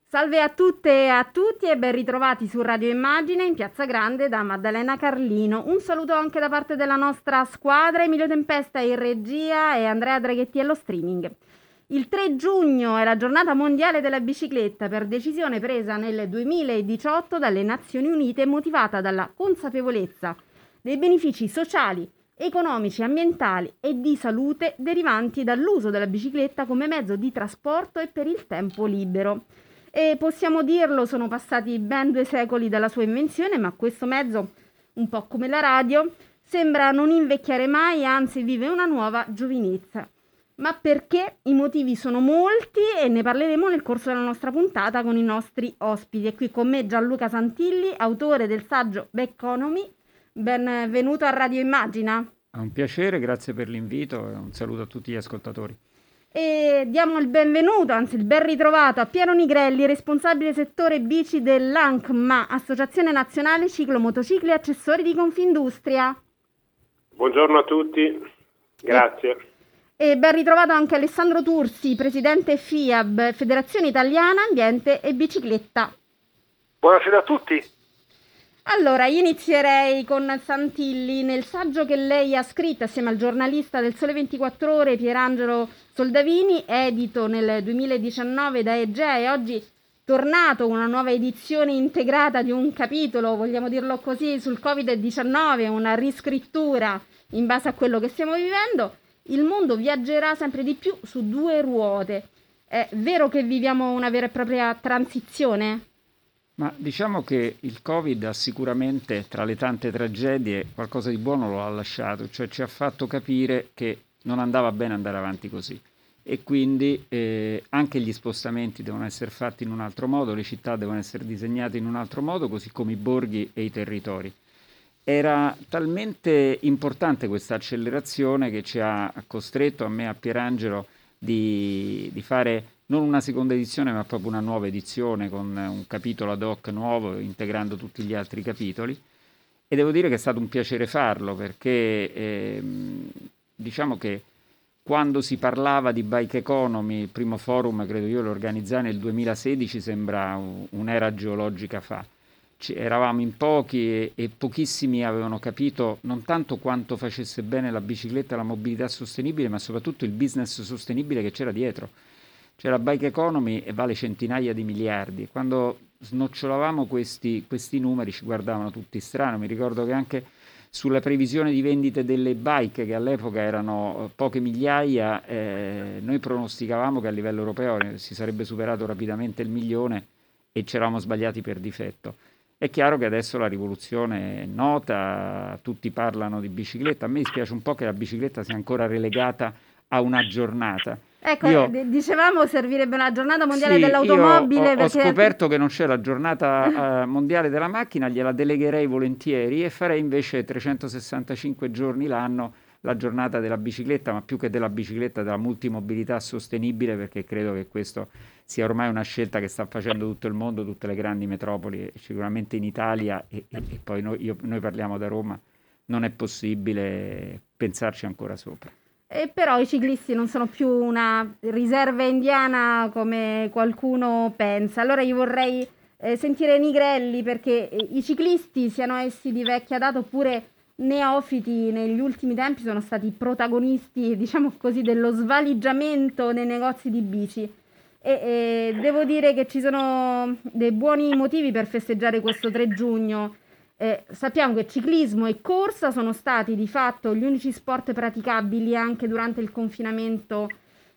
Salve a tutte e a tutti e ben ritrovati su Radio Immagine in Piazza Grande da Maddalena Carlino. Un saluto anche da parte della nostra squadra, Emilio Tempesta in regia e Andrea Draghetti allo streaming. Il 3 giugno è la giornata mondiale della bicicletta per decisione presa nel 2018 dalle Nazioni Unite motivata dalla consapevolezza dei benefici sociali, economici, ambientali e di salute derivanti dall'uso della bicicletta come mezzo di trasporto e per il tempo libero. E possiamo dirlo, sono passati ben 2 secoli dalla sua invenzione, ma questo mezzo, un po' come la radio, sembra non invecchiare mai, anzi vive una nuova giovinezza. Ma perché? I motivi sono molti e ne parleremo nel corso della nostra puntata con i nostri ospiti. È qui con me Gianluca Santilli, autore del saggio Becconomy. Benvenuto a Radio Immagina. È un piacere, grazie per l'invito e un saluto a tutti gli ascoltatori. E diamo il benvenuto, anzi il ben ritrovato a Piero Nigrelli, responsabile settore bici dell'ANCMA, Associazione Nazionale Ciclo Motocicli e Accessori di Confindustria. Buongiorno a tutti, grazie. E ben ritrovato anche Alessandro Tursi, presidente FIAB, Federazione Italiana Ambiente e Bicicletta. Buonasera a tutti. Allora, io inizierei con Santilli. Nel saggio che lei ha scritto assieme al giornalista del Sole 24 Ore, Pierangelo Soldavini, edito nel 2019 da Egea e oggi tornato una nuova edizione integrata di un capitolo, vogliamo dirlo così, sul Covid-19, una riscrittura in base a quello che stiamo vivendo. Il mondo viaggerà sempre di più su 2 ruote. È vero che viviamo una vera e propria transizione? Ma diciamo che il Covid ha sicuramente, tra le tante tragedie, qualcosa di buono lo ha lasciato, cioè ci ha fatto capire che non andava bene andare avanti così e quindi anche gli spostamenti devono essere fatti in un altro modo, le città devono essere disegnate in un altro modo, così come i borghi e i territori. Era talmente importante questa accelerazione che ci ha costretto, a me e a Pierangelo, di fare non una seconda edizione ma proprio una nuova edizione con un capitolo ad hoc nuovo integrando tutti gli altri capitoli e devo dire che è stato un piacere farlo perché diciamo che quando si parlava di bike economy, il primo forum credo io lo organizzai nel 2016, sembra un'era geologica fa. Eravamo in pochi e pochissimi avevano capito non tanto quanto facesse bene la bicicletta e la mobilità sostenibile ma soprattutto il business sostenibile che c'era dietro. Cioè la bike economy vale centinaia di miliardi. Quando snocciolavamo questi numeri ci guardavano tutti strano. Mi ricordo che anche sulla previsione di vendite delle bike, che all'epoca erano poche migliaia, noi pronosticavamo che a livello europeo si sarebbe superato rapidamente il 1.000.000 e ci eravamo sbagliati per difetto. È chiaro che adesso la rivoluzione è nota, tutti parlano di bicicletta. A me dispiace un po' che la bicicletta sia ancora relegata a una giornata. Ecco, dicevamo servirebbe una giornata mondiale dell'automobile. Ho scoperto che non c'è la giornata mondiale della macchina, gliela delegherei volentieri e farei invece 365 giorni l'anno la giornata della bicicletta, ma più che della bicicletta, della multimobilità sostenibile, perché credo che questo sia ormai una scelta che sta facendo tutto il mondo, tutte le grandi metropoli, sicuramente in Italia e poi noi parliamo da Roma, non è possibile pensarci ancora sopra. E però i ciclisti non sono più una riserva indiana come qualcuno pensa. Allora io vorrei sentire Nigrelli, perché i ciclisti, siano essi di vecchia data oppure neofiti, negli ultimi tempi sono stati protagonisti, diciamo così, dello svaligiamento nei negozi di bici. E devo dire che ci sono dei buoni motivi per festeggiare questo 3 giugno. Sappiamo che ciclismo e corsa sono stati di fatto gli unici sport praticabili anche durante il confinamento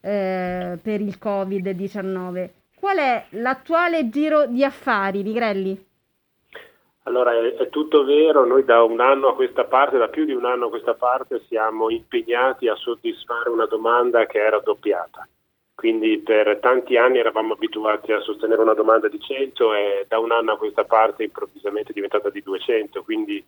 per il Covid-19. Qual è l'attuale giro di affari, Nigrelli? Allora, è tutto vero, noi da un anno a questa parte, da più di un anno a questa parte, siamo impegnati a soddisfare una domanda che era doppiata. Quindi per tanti anni eravamo abituati a sostenere una domanda di 100 e da un anno a questa parte improvvisamente è diventata di 200, quindi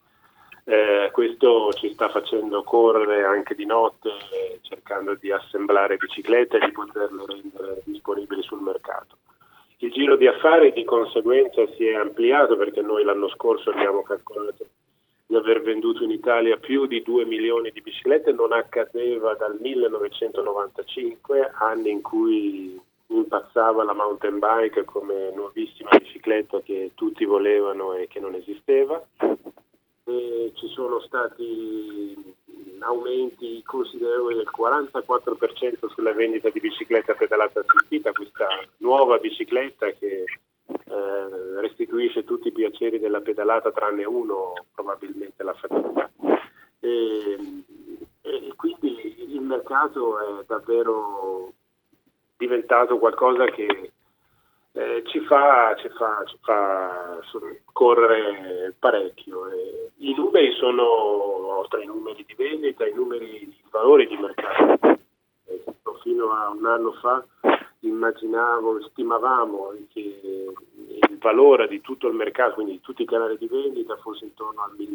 questo ci sta facendo correre anche di notte cercando di assemblare biciclette e di poterle rendere disponibili sul mercato. Il giro di affari di conseguenza si è ampliato perché noi l'anno scorso abbiamo calcolato di aver venduto in Italia più di 2 milioni di biciclette, non accadeva dal 1995, anni in cui impazzava la mountain bike come nuovissima bicicletta che tutti volevano e che non esisteva. E ci sono stati aumenti considerevoli del 44% sulla vendita di bicicletta pedalata assistita, questa nuova bicicletta che restituisce tutti i piaceri della pedalata tranne uno, probabilmente la fatica. E quindi il mercato è davvero diventato qualcosa che ci fa correre parecchio. I numeri sono, oltre ai numeri di vendita, i valori di mercato. Fino a un anno fa stimavamo che il valore di tutto il mercato, quindi di tutti i canali di vendita, fosse intorno al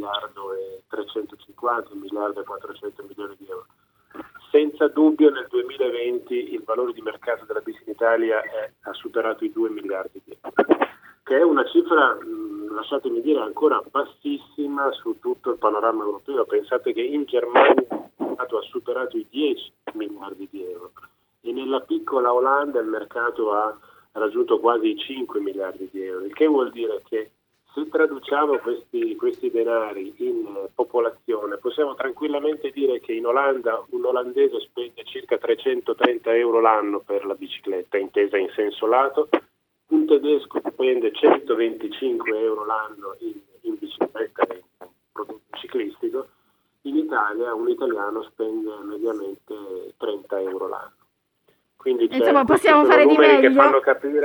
1.350, 1.400 milioni di euro. Senza dubbio nel 2020 il valore di mercato della bici in Italia ha superato i 2 miliardi di euro, che è una cifra, lasciatemi dire, ancora bassissima su tutto il panorama europeo. Pensate che in Germania il mercato ha superato i 10 miliardi di euro e nella piccola Olanda il mercato ha raggiunto quasi i 5 miliardi di euro, il che vuol dire che se traduciamo questi denari in popolazione, possiamo tranquillamente dire che in Olanda un olandese spende circa 330 euro l'anno per la bicicletta, intesa in senso lato, un tedesco spende 125 euro l'anno in bicicletta e in prodotto ciclistico, in Italia un italiano spende mediamente 30 euro l'anno. Quindi insomma possiamo fare di meglio, fanno capire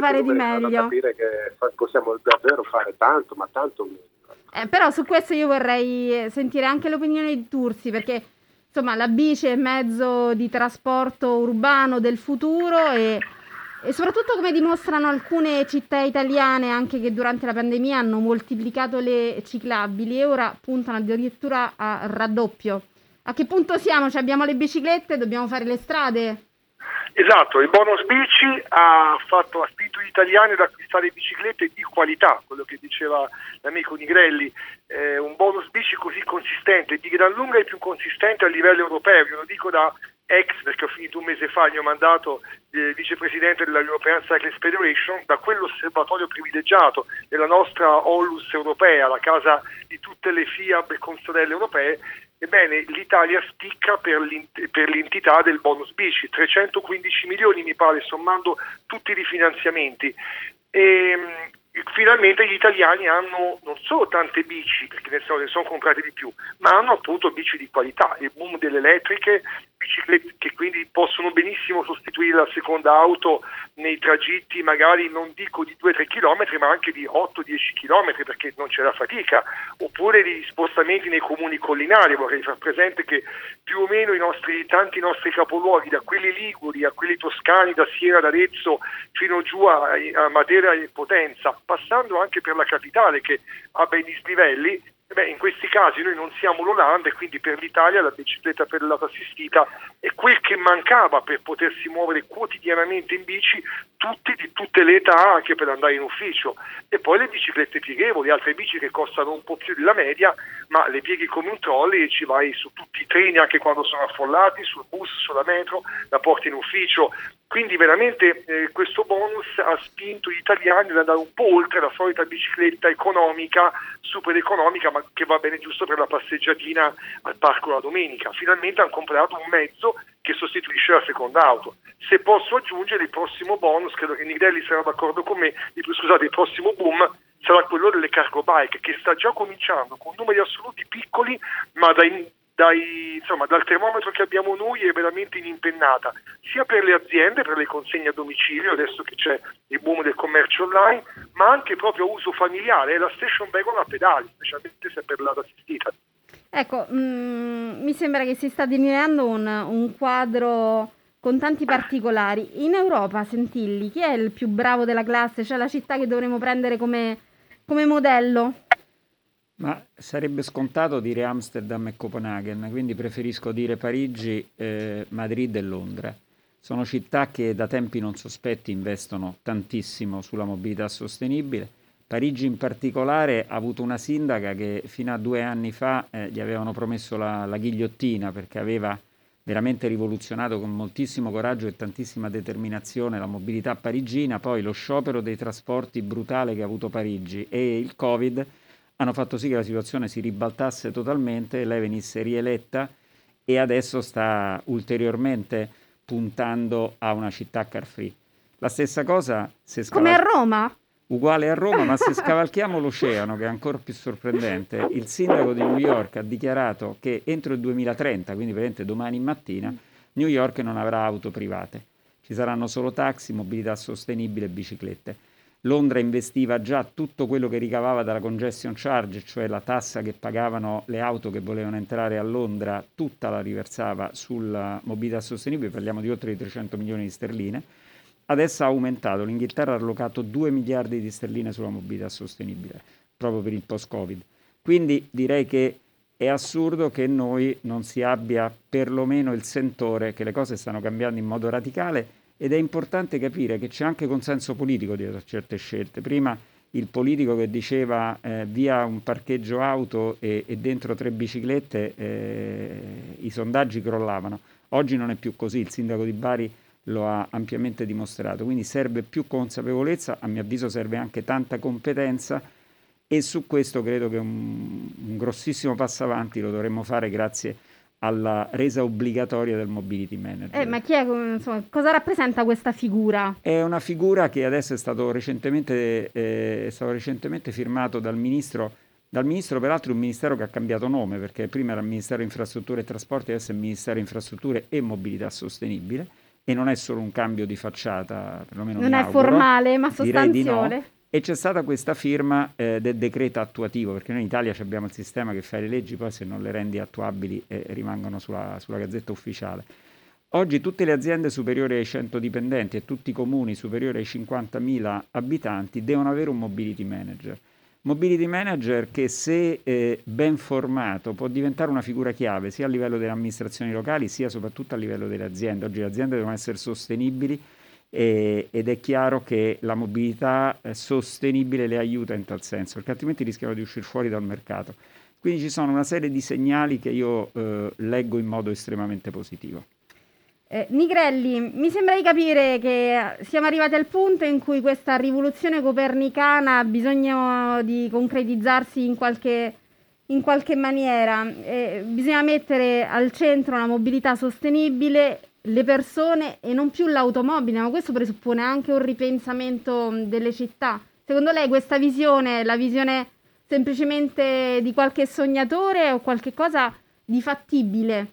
che possiamo davvero fare tanto, ma tanto meglio. Però su questo io vorrei sentire anche l'opinione di Tursi, perché insomma la bici è mezzo di trasporto urbano del futuro e soprattutto, come dimostrano alcune città italiane anche che durante la pandemia hanno moltiplicato le ciclabili e ora puntano addirittura a raddoppio. A che punto siamo? Cioè, abbiamo le biciclette, dobbiamo fare le strade? Esatto, il bonus bici ha spinto gli italiani ad acquistare biciclette di qualità, quello che diceva l'amico Nigrelli, un bonus bici così consistente, di gran lunga il più consistente a livello europeo, io lo dico da perché ho finito un mese fa il mio mandato vicepresidente della European Cycling Federation, da quell'osservatorio privilegiato della nostra Onlus europea, la casa di tutte le FIAB e consorelle europee. Ebbene, l'Italia spicca per l'entità del bonus bici, 315 milioni mi pare, sommando tutti i rifinanziamenti. E finalmente gli italiani hanno non solo tante bici, perché ne sono comprate di più, ma hanno appunto bici di qualità, il boom delle elettriche, biciclette che quindi possono benissimo sostituire la seconda auto nei tragitti magari non dico di 2-3 km, ma anche di 8-10 km, perché non c'è la fatica, oppure di spostamenti nei comuni collinari. Vorrei far presente che più o meno tanti nostri capoluoghi, da quelli liguri a quelli toscani, da Siena ad Arezzo fino giù a Matera e Potenza, passando anche per la capitale che ha bei dislivelli, in questi casi noi non siamo l'Olanda e quindi per l'Italia la bicicletta pedalata assistita è quel che mancava per potersi muovere quotidianamente in bici, tutti di tutte le età, anche per andare in ufficio. E poi le biciclette pieghevoli, altre bici che costano un po' più della media, ma le pieghi come un trolley e ci vai su tutti i treni anche quando sono affollati, sul bus, sulla metro, la porti in ufficio. Quindi veramente questo bonus ha spinto gli italiani ad andare un po' oltre la solita bicicletta economica, super economica, ma che va bene giusto per la passeggiatina al parco la domenica. Finalmente hanno comprato un mezzo che sostituisce la seconda auto. Se posso aggiungere, il prossimo bonus, credo che Nigrelli sarà d'accordo con me, il prossimo boom sarà quello delle cargo bike, che sta già cominciando con numeri assoluti piccoli, ma dal termometro che abbiamo noi è veramente in impennata, sia per le aziende, per le consegne a domicilio, adesso che c'è il boom del commercio online, ma anche proprio a uso familiare, è la station wagon a pedali, specialmente se è per l'auto assistita. Ecco, mi sembra che si sta delineando un quadro con tanti particolari. In Europa, Sentilli, chi è il più bravo della classe? Cioè la città che dovremmo prendere come modello? Ma sarebbe scontato dire Amsterdam e Copenaghen, quindi preferisco dire Parigi, Madrid e Londra. Sono città che da tempi non sospetti investono tantissimo sulla mobilità sostenibile. Parigi in particolare ha avuto una sindaca che fino a 2 anni fa gli avevano promesso la ghigliottina perché aveva veramente rivoluzionato con moltissimo coraggio e tantissima determinazione la mobilità parigina, poi lo sciopero dei trasporti brutale che ha avuto Parigi e il Covid hanno fatto sì che la situazione si ribaltasse totalmente, lei venisse rieletta e adesso sta ulteriormente puntando a una città car free. La stessa cosa se come a Roma? Uguale a Roma, ma se scavalchiamo l'oceano, che è ancora più sorprendente, il sindaco di New York ha dichiarato che entro il 2030, quindi praticamente domani mattina, New York non avrà auto private. Ci saranno solo taxi, mobilità sostenibile e biciclette. Londra investiva già tutto quello che ricavava dalla congestion charge, cioè la tassa che pagavano le auto che volevano entrare a Londra, tutta la riversava sulla mobilità sostenibile, parliamo di oltre 300 milioni di sterline. Adesso ha aumentato, l'Inghilterra ha allocato 2 miliardi di sterline sulla mobilità sostenibile, proprio per il post-Covid. Quindi direi che è assurdo che noi non si abbia perlomeno il sentore che le cose stanno cambiando in modo radicale ed è importante capire che c'è anche consenso politico dietro a certe scelte. Prima il politico che diceva via un parcheggio auto e dentro 3 biciclette, i sondaggi crollavano. Oggi non è più così, il sindaco di Bari lo ha ampiamente dimostrato, quindi serve più consapevolezza, a mio avviso serve anche tanta competenza e su questo credo che un grossissimo passo avanti lo dovremmo fare grazie alla resa obbligatoria del mobility manager. Ma chi è, insomma, cosa rappresenta questa figura? È una figura che adesso è stato recentemente firmato dal ministro peraltro un ministero che ha cambiato nome, perché prima era il Ministero Infrastrutture e Trasporti, adesso è il Ministero Infrastrutture e Mobilità Sostenibile. E non è solo un cambio di facciata, perlomeno non è formale, ma sostanziale. No. E c'è stata questa firma del decreto attuativo, perché noi in Italia abbiamo il sistema che fa le leggi, poi se non le rendi attuabili rimangono sulla Gazzetta Ufficiale. Oggi tutte le aziende superiori ai 100 dipendenti e tutti i comuni superiori ai 50.000 abitanti devono avere un mobility manager. Mobility manager che se ben formato può diventare una figura chiave sia a livello delle amministrazioni locali sia soprattutto a livello delle aziende. Oggi le aziende devono essere sostenibili ed è chiaro che la mobilità sostenibile le aiuta in tal senso, perché altrimenti rischiano di uscire fuori dal mercato. Quindi ci sono una serie di segnali che io leggo in modo estremamente positivo. Nigrelli, mi sembra di capire che siamo arrivati al punto in cui questa rivoluzione copernicana ha bisogno di concretizzarsi in qualche maniera. Bisogna mettere al centro la mobilità sostenibile, le persone e non più l'automobile, ma questo presuppone anche un ripensamento delle città. Secondo lei questa visione è la visione semplicemente di qualche sognatore o qualche cosa di fattibile?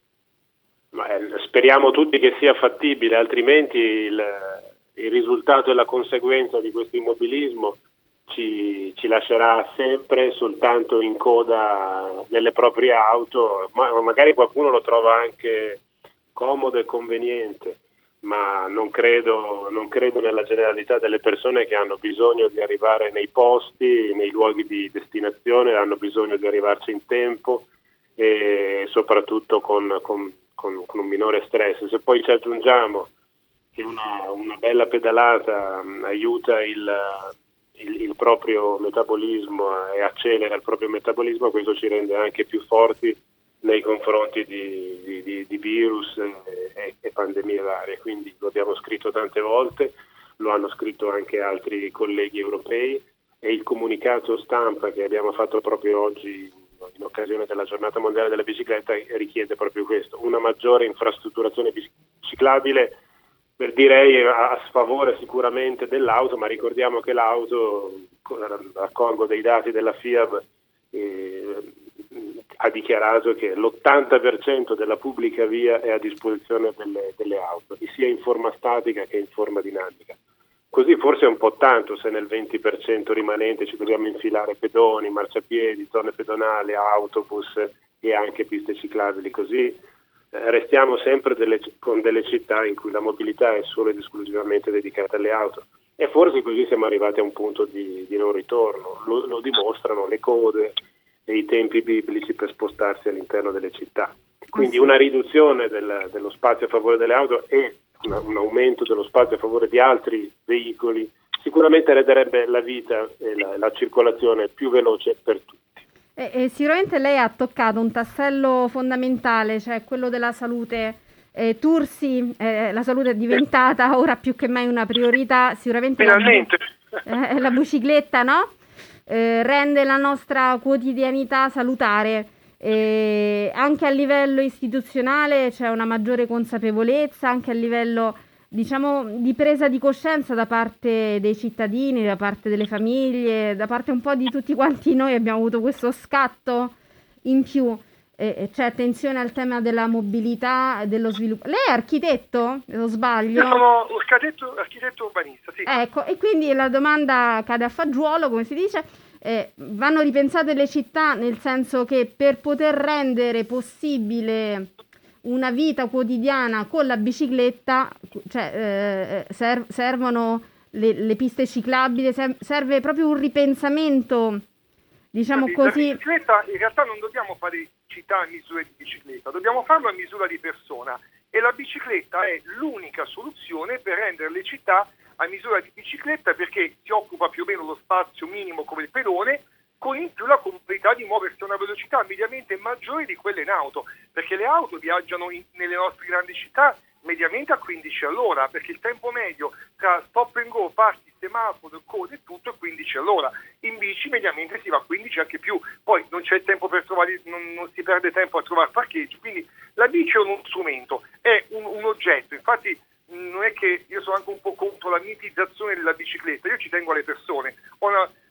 Ma speriamo tutti che sia fattibile, altrimenti il risultato e la conseguenza di questo immobilismo ci lascerà sempre soltanto in coda nelle proprie auto, ma magari qualcuno lo trova anche comodo e conveniente, ma non credo nella generalità delle persone che hanno bisogno di arrivare nei posti, nei luoghi di destinazione, hanno bisogno di arrivarci in tempo e soprattutto con un minore stress. Se poi ci aggiungiamo che una bella pedalata aiuta il proprio metabolismo e accelera il proprio metabolismo, questo ci rende anche più forti nei confronti di virus e pandemie varie. Quindi lo abbiamo scritto tante volte, lo hanno scritto anche altri colleghi europei e il comunicato stampa che abbiamo fatto proprio oggi in occasione della giornata mondiale della bicicletta richiede proprio questo, una maggiore infrastrutturazione ciclabile, per direi a sfavore sicuramente dell'auto, ma ricordiamo che l'auto, raccolgo dei dati della FIAB, ha dichiarato che l'80% della pubblica via è a disposizione delle auto, sia in forma statica che in forma dinamica. Così forse è un po' tanto se nel 20% rimanente ci dobbiamo infilare pedoni, marciapiedi, zone pedonali, autobus e anche piste ciclabili. Così restiamo sempre con delle città in cui la mobilità è solo ed esclusivamente dedicata alle auto. E forse così siamo arrivati a un punto di non ritorno. Lo dimostrano le code e i tempi biblici per spostarsi all'interno delle città. Quindi una riduzione dello spazio a favore delle auto e un aumento dello spazio a favore di altri veicoli sicuramente renderebbe la vita e la circolazione più veloce per tutti. E sicuramente lei ha toccato un tassello fondamentale, cioè quello della salute. Tursi, la salute è diventata ora più che mai una priorità, sicuramente Finalmente. La bicicletta, no? Rende la nostra quotidianità salutare. Anche a livello istituzionale c'è una maggiore consapevolezza, anche a livello, diciamo, di presa di coscienza da parte dei cittadini, da parte delle famiglie, da parte un po' di tutti quanti noi. Abbiamo avuto questo scatto in più. C'è attenzione al tema della mobilità e dello sviluppo. Lei è architetto? Lo sbaglio? Io sono architetto urbanista, sì. Ecco, e quindi la domanda cade a fagiolo, come si dice. Vanno ripensate le città, nel senso che per poter rendere possibile una vita quotidiana con la bicicletta, cioè, servono le piste ciclabili, serve proprio un ripensamento, diciamo così. La bicicletta, in realtà non dobbiamo fare città a misura di bicicletta, dobbiamo farlo a misura di persona, e la bicicletta è l'unica soluzione per rendere le città a misura di bicicletta, perché si occupa più o meno lo spazio minimo come il pedone, con in più la comodità di muoversi a una velocità mediamente maggiore di quelle in auto, perché le auto viaggiano nelle nostre grandi città mediamente a 15 all'ora, perché il tempo medio tra stop and go, parti, semaforo, code e tutto è 15 all'ora. In bici mediamente si va a 15, anche più, poi non c'è tempo per trovare, non si perde tempo a trovare parcheggio, quindi la bici è uno strumento, è un oggetto. Infatti non è che io sono anche un po' contro la mitizzazione della bicicletta, io ci tengo alle persone, ho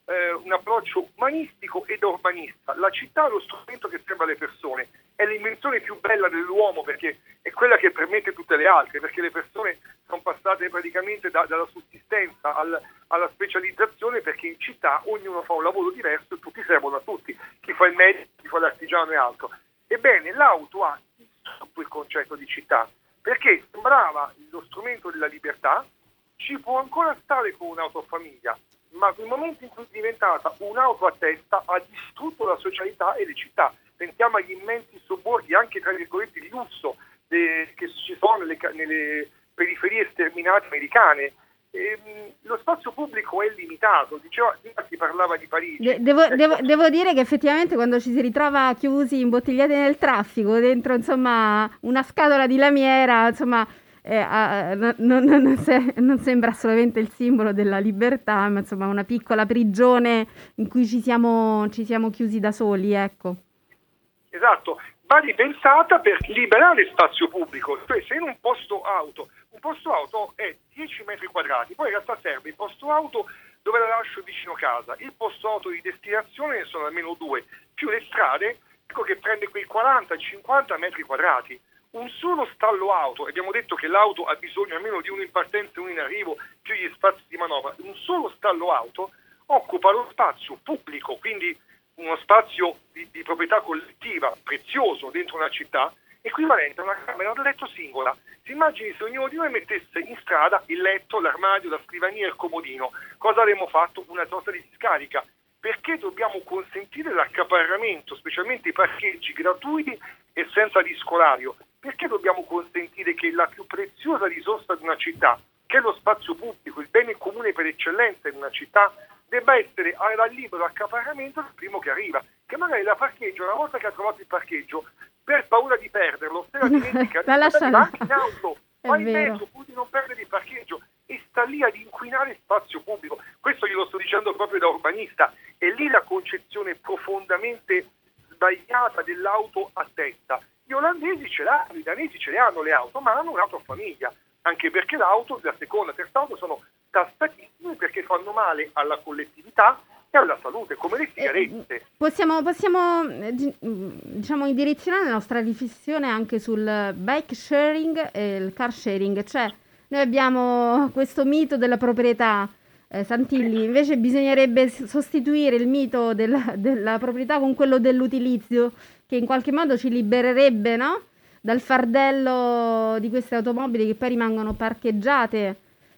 un approccio umanistico ed urbanista. La città è lo strumento che serve alle persone, è l'invenzione più bella dell'uomo, perché è quella che permette tutte le altre, perché le persone sono passate praticamente dalla sussistenza alla specializzazione, perché in città ognuno fa un lavoro diverso e tutti servono a tutti, chi fa il medico, chi fa l'artigiano e altro. Ebbene, l'auto ha distrutto il concetto di città, perché sembrava lo strumento della libertà. Ci può ancora stare con un'autofamiglia, ma nel momento in cui è diventata un'auto a testa ha distrutto la socialità e le città. Pensiamo agli immensi sobborghi, anche tra virgolette di lusso, che ci sono nelle periferie sterminate americane. Lo spazio pubblico è limitato, si parlava di Parigi. Devo dire che effettivamente quando ci si ritrova chiusi, imbottigliati nel traffico, dentro insomma una scatola di lamiera, insomma non sembra assolutamente il simbolo della libertà, ma insomma una piccola prigione in cui ci siamo chiusi da soli, ecco. Esatto, va ripensata per liberare spazio pubblico, cioè se in un posto auto è 10 metri quadrati, poi in realtà serve il posto auto dove la lascio vicino casa, il posto auto di destinazione ne sono almeno 2, più le strade, ecco che prende quei 40-50 metri quadrati. Un solo stallo auto, abbiamo detto che l'auto ha bisogno almeno di uno in partenza e uno in arrivo, più gli spazi di manovra, un solo stallo auto occupa lo spazio pubblico, quindi uno spazio di proprietà collettiva prezioso dentro una città, equivalente a una camera da letto singola. Si immagini se ognuno di noi mettesse in strada il letto, l'armadio, la scrivania e il comodino, cosa avremmo fatto? Una sorta di discarica. Perché dobbiamo consentire l'accaparramento, specialmente i parcheggi gratuiti e senza risco orario? Perché dobbiamo consentire che la più preziosa risorsa di una città, che è lo spazio pubblico, il bene comune per eccellenza in una città, debba essere al libero accaparramento del primo che arriva, che magari la parcheggio, una volta che ha trovato il parcheggio, per paura di perderlo, se la dimentica, anche in auto, va in mezzo, pur di non perdere il parcheggio, e sta lì ad inquinare spazio pubblico. Questo glielo sto dicendo proprio da urbanista, e lì la concezione profondamente sbagliata dell'auto a testa. Gli olandesi ce l'hanno, i danesi ce le hanno le auto, ma hanno un'auto a famiglia, anche perché l'auto, la seconda e terza auto sono tastatissime perché fanno male alla collettività e alla salute, come le sigarette. Possiamo diciamo indirizzare la nostra riflessione anche sul bike sharing e il car sharing, cioè noi abbiamo questo mito della proprietà, Santilli, invece bisognerebbe sostituire il mito della proprietà con quello dell'utilizzo, che in qualche modo ci libererebbe, no? Dal fardello di queste automobili che poi rimangono parcheggiate,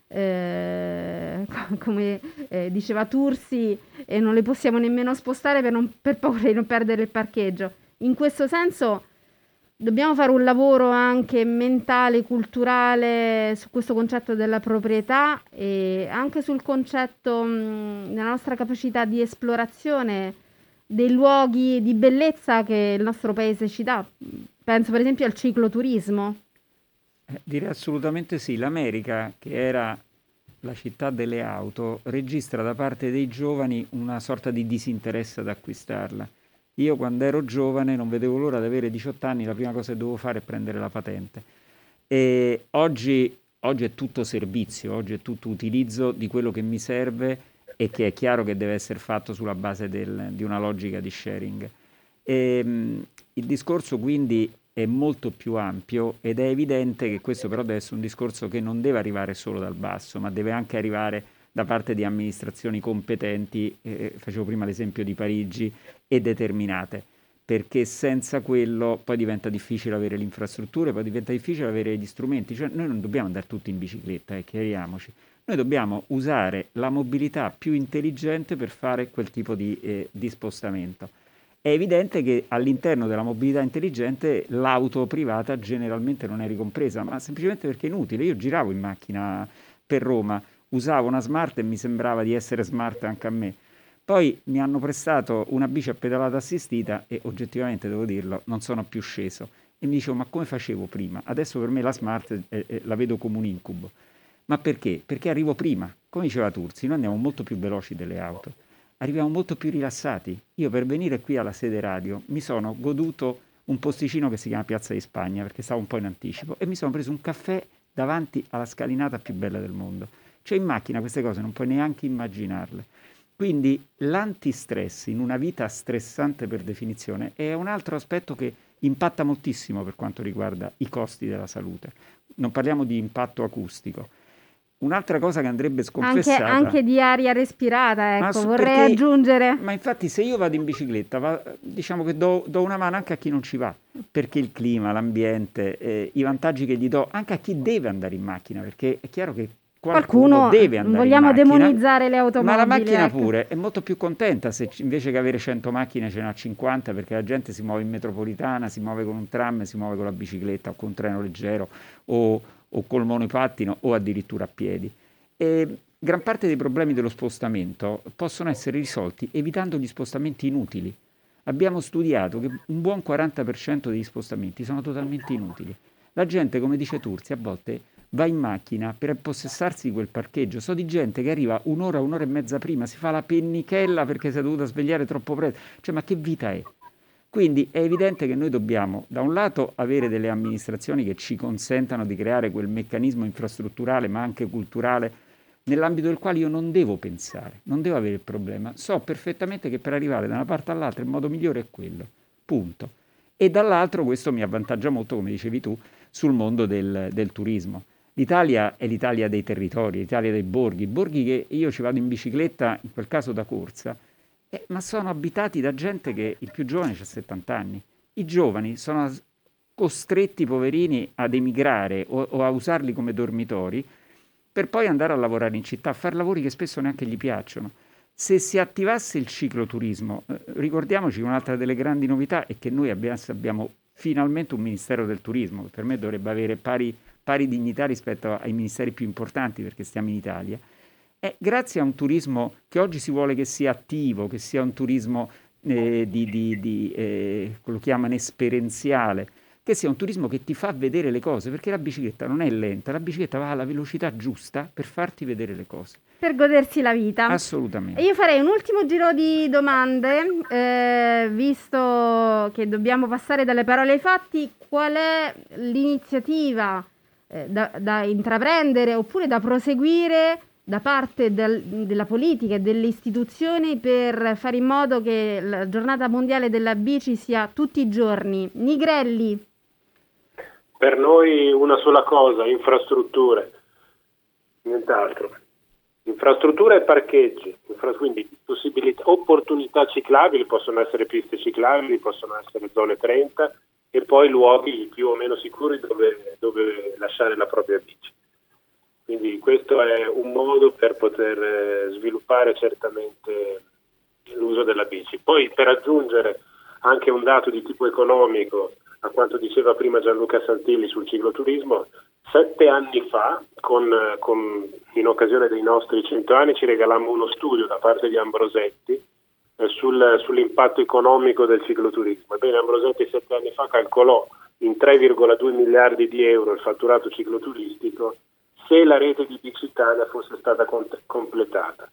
come diceva Tursi, e non le possiamo nemmeno spostare per paura di non perdere il parcheggio. In questo senso dobbiamo fare un lavoro anche mentale, culturale su questo concetto della proprietà e anche sul concetto della nostra capacità di esplorazione dei luoghi di bellezza che il nostro paese ci dà. Penso per esempio al cicloturismo. Direi assolutamente sì. L'America, che era la città delle auto, registra da parte dei giovani una sorta di disinteresse ad acquistarla. Io quando ero giovane non vedevo l'ora di avere 18 anni, la prima cosa che dovevo fare è prendere la patente. E oggi è tutto servizio, oggi è tutto utilizzo di quello che mi serve e che è chiaro che deve essere fatto sulla base di una logica di sharing. Il discorso quindi è molto più ampio ed è evidente che questo però deve essere un discorso che non deve arrivare solo dal basso, ma deve anche arrivare da parte di amministrazioni competenti, facevo prima l'esempio di Parigi, e determinate, perché senza quello poi diventa difficile avere le infrastrutture, poi diventa difficile avere gli strumenti. Cioè noi non dobbiamo andare tutti in bicicletta, chiariamoci. Noi dobbiamo usare la mobilità più intelligente per fare quel tipo di spostamento. È evidente che all'interno della mobilità intelligente l'auto privata generalmente non è ricompresa, ma semplicemente perché è inutile. Io giravo in macchina per Roma, usavo una smart e mi sembrava di essere smart anche a me. Poi mi hanno prestato una bici a pedalata assistita e oggettivamente, devo dirlo, non sono più sceso. E mi dicevo, ma come facevo prima? Adesso per me la smart la vedo come un incubo. Ma perché? Perché arrivo prima. Come diceva Turzi, noi andiamo molto più veloci delle auto. Arriviamo molto più rilassati. Io per venire qui alla sede radio mi sono goduto un posticino che si chiama Piazza di Spagna, perché stavo un po' in anticipo, e mi sono preso un caffè davanti alla scalinata più bella del mondo. Cioè in macchina queste cose non puoi neanche immaginarle. Quindi l'antistress in una vita stressante per definizione è un altro aspetto che impatta moltissimo per quanto riguarda i costi della salute. Non parliamo di impatto acustico. Un'altra cosa che andrebbe sconfessata... Anche di aria respirata, ecco, vorrei aggiungere. Ma infatti se io vado in bicicletta, diciamo che do una mano anche a chi non ci va, perché il clima, l'ambiente, i vantaggi che gli do, anche a chi deve andare in macchina, perché è chiaro che qualcuno deve andare vogliamo in macchina, demonizzare le automobili, ma la macchina ecco. Pure è molto più contenta se invece che avere 100 macchine ce n'ha 50, perché la gente si muove in metropolitana, si muove con un tram, si muove con la bicicletta o con un treno leggero o col monopattino o addirittura a piedi. E gran parte dei problemi dello spostamento possono essere risolti evitando gli spostamenti inutili. Abbiamo studiato che un buon 40% degli spostamenti sono totalmente inutili. La gente, come dice Turzi, a volte va in macchina per impossessarsi di quel parcheggio. So di gente che arriva un'ora e mezza prima, si fa la pennichella perché si è dovuta svegliare troppo presto. Cioè, ma che vita è? Quindi è evidente che noi dobbiamo, da un lato, avere delle amministrazioni che ci consentano di creare quel meccanismo infrastrutturale, ma anche culturale, nell'ambito del quale io non devo pensare, non devo avere il problema. So perfettamente che per arrivare da una parte all'altra il modo migliore è quello. Punto. E dall'altro questo mi avvantaggia molto, come dicevi tu, sul mondo del turismo. L'Italia è l'Italia dei territori, l'Italia dei borghi che io ci vado in bicicletta, in quel caso da corsa, ma sono abitati da gente che il più giovane ha 70 anni. I giovani sono costretti, poverini, ad emigrare o a usarli come dormitori per poi andare a lavorare in città, a fare lavori che spesso neanche gli piacciono. Se si attivasse il cicloturismo, ricordiamoci che un'altra delle grandi novità è che noi abbiamo finalmente un Ministero del Turismo, che per me dovrebbe avere pari dignità rispetto ai ministeri più importanti, perché stiamo in Italia. Grazie a un turismo che oggi si vuole che sia attivo, che sia un turismo quello chiamano esperienziale, che sia un turismo che ti fa vedere le cose, perché la bicicletta non è lenta, la bicicletta va alla velocità giusta per farti vedere le cose. Per godersi la vita. Assolutamente. E io farei un ultimo giro di domande, visto che dobbiamo passare dalle parole ai fatti. Qual è l'iniziativa da intraprendere oppure da proseguire da parte della politica e delle istituzioni per fare in modo che la giornata mondiale della bici sia tutti i giorni? Nigrelli. Per noi una sola cosa, infrastrutture, nient'altro. Infrastrutture e parcheggi, quindi possibilità, opportunità ciclabili, possono essere piste ciclabili, possono essere zone 30 e poi luoghi più o meno sicuri dove lasciare la propria bici. Quindi questo è un modo per poter sviluppare certamente l'uso della bici. Poi per aggiungere anche un dato di tipo economico a quanto diceva prima Gianluca Santilli sul cicloturismo, 7 anni fa, in occasione dei nostri 100 anni, ci regalammo uno studio da parte di Ambrosetti sull'impatto economico del cicloturismo. Ebbene, Ambrosetti 7 anni fa calcolò in 3,2 miliardi di euro il fatturato cicloturistico se la rete di Bicitalia fosse stata completata.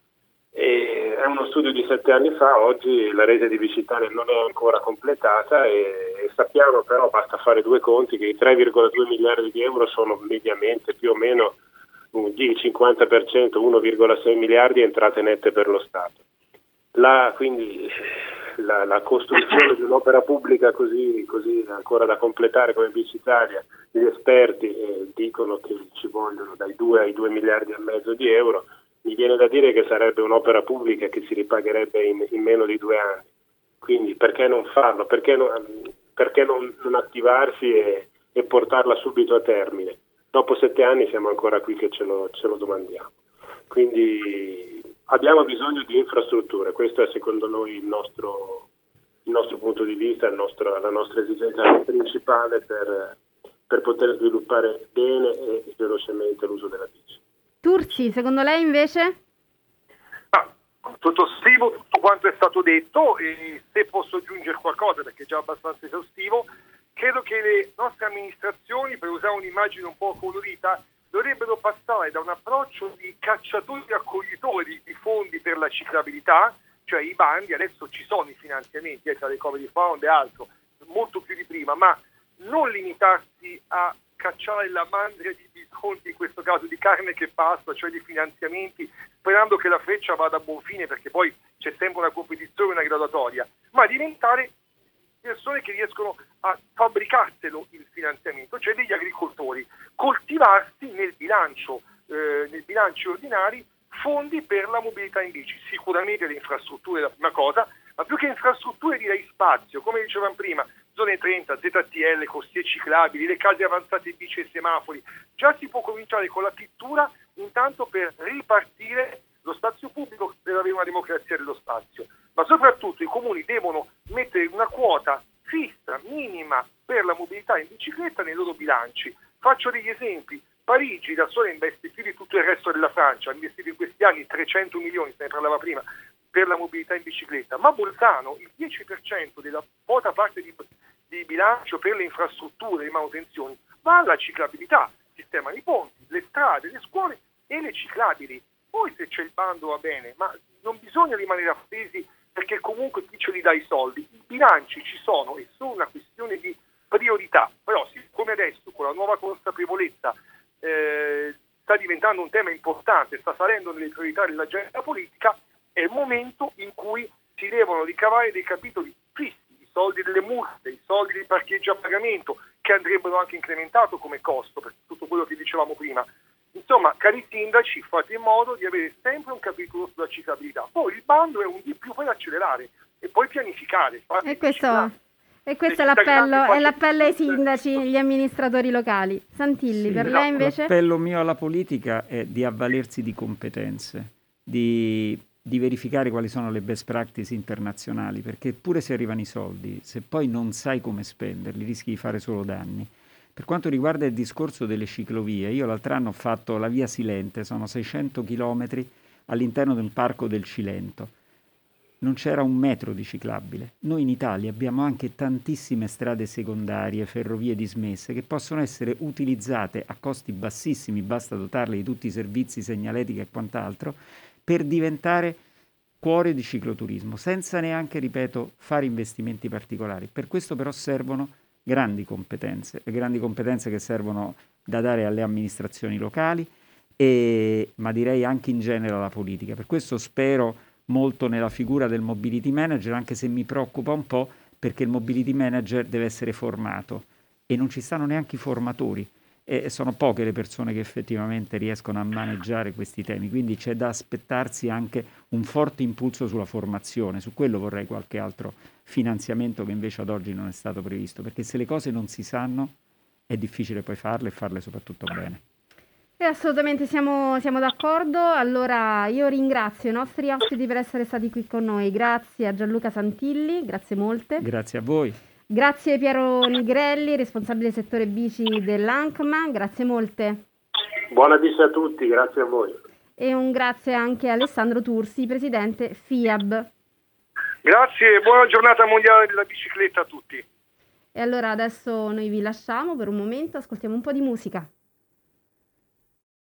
È uno studio di 7 anni fa, oggi la rete di Bicitalia non è ancora completata e sappiamo però, basta fare due conti, che i 3,2 miliardi di euro sono mediamente più o meno il 50%, 1,6 miliardi entrate nette per lo Stato. Quindi la costruzione di un'opera pubblica così ancora da completare come Bicitalia, gli esperti dicono che ci vogliono dai 2 ai 2 miliardi e mezzo di euro. Mi viene da dire che sarebbe un'opera pubblica che si ripagherebbe in meno di 2 anni. Quindi perché non farlo? Perché non attivarsi e portarla subito a termine? Dopo 7 anni siamo ancora qui che ce lo domandiamo. Quindi abbiamo bisogno di infrastrutture, questo è secondo noi il nostro punto di vista, la nostra esigenza principale per poter sviluppare bene e velocemente l'uso della bici. Tursi, secondo lei invece? Sottoscrivo tutto quanto è stato detto e se posso aggiungere qualcosa, perché è già abbastanza esaustivo, credo che le nostre amministrazioni, per usare un'immagine un po' colorita, dovrebbero passare da un approccio di cacciatori accoglitori di fondi per la ciclabilità, cioè i bandi, adesso ci sono i finanziamenti tra Recovery Fund e altro, molto più di prima, ma non limitarsi a cacciare la mandria di disconti, in questo caso di carne che passa, cioè di finanziamenti, sperando che la freccia vada a buon fine, perché poi c'è sempre una competizione, una graduatoria, ma diventare persone che riescono a fabbricarselo il finanziamento, cioè degli agricoltori, coltivarsi nel bilancio ordinari fondi per la mobilità in bici. Sicuramente le infrastrutture è la prima cosa, ma più che infrastrutture direi spazio, come dicevamo prima, zone 30, ZTL, corsie ciclabili, le case avanzate bici e semafori. Già si può cominciare con la pittura intanto per ripartire lo spazio pubblico, per avere una democrazia dello spazio. Ma soprattutto i comuni devono mettere una quota fissa, minima, per la mobilità in bicicletta nei loro bilanci. Faccio degli esempi. Parigi da sola investe più di tutto il resto della Francia, ha investito in questi anni 300 milioni, se ne parlava prima, per la mobilità in bicicletta, ma Bolzano il 10% della quota parte di bilancio per le infrastrutture e le manutenzioni va alla ciclabilità, sistemano i ponti, le strade, le scuole e le ciclabili. Poi se c'è il bando va bene, ma non bisogna rimanere appesi perché comunque chi ce li dà i soldi, i bilanci ci sono e sono una questione di priorità, però siccome adesso con la nuova consapevolezza sta diventando un tema importante, sta salendo nelle priorità dell'agenda politica, è il momento in cui si devono ricavare dei capitoli fissi, i soldi delle multe, i soldi dei parcheggi a pagamento, che andrebbero anche incrementato come costo per tutto quello che dicevamo prima. Insomma, cari sindaci, fate in modo di avere sempre un capitolo sulla ciclabilità. Poi il bando è un di più per accelerare e poi pianificare. E questo è l'appello ai sindaci, agli amministratori locali. Santilli, per lei invece? L'appello mio alla politica è di avvalersi di competenze, di verificare quali sono le best practice internazionali, perché pure se arrivano i soldi, se poi non sai come spenderli, rischi di fare solo danni. Per quanto riguarda il discorso delle ciclovie, io l'altro anno ho fatto la via Silente, sono 600 chilometri all'interno di un parco del Cilento. Non c'era un metro di ciclabile. Noi in Italia abbiamo anche tantissime strade secondarie, ferrovie dismesse, che possono essere utilizzate a costi bassissimi, basta dotarle di tutti i servizi, segnaletica e quant'altro, per diventare cuore di cicloturismo, senza neanche, ripeto, fare investimenti particolari. Per questo però servono grandi competenze che servono da dare alle amministrazioni locali, ma direi anche in genere alla politica. Per questo spero molto nella figura del mobility manager, anche se mi preoccupa un po' perché il mobility manager deve essere formato e non ci stanno neanche i formatori e sono poche le persone che effettivamente riescono a maneggiare questi temi, quindi c'è da aspettarsi anche un forte impulso sulla formazione. Su quello vorrei qualche altro finanziamento che invece ad oggi non è stato previsto, perché se le cose non si sanno è difficile poi farle e farle soprattutto bene. Assolutamente siamo d'accordo. Allora io ringrazio i nostri ospiti per essere stati qui con noi. Grazie a Gianluca Santilli, grazie molte. Grazie a voi. Grazie Piero Nigrelli, responsabile settore bici dell'ANCMA, grazie molte. Buona bici a tutti, grazie a voi. E un grazie anche a Alessandro Tursi, presidente FIAB. Grazie e buona giornata mondiale della bicicletta a tutti. E allora adesso noi vi lasciamo per un momento, ascoltiamo un po' di musica.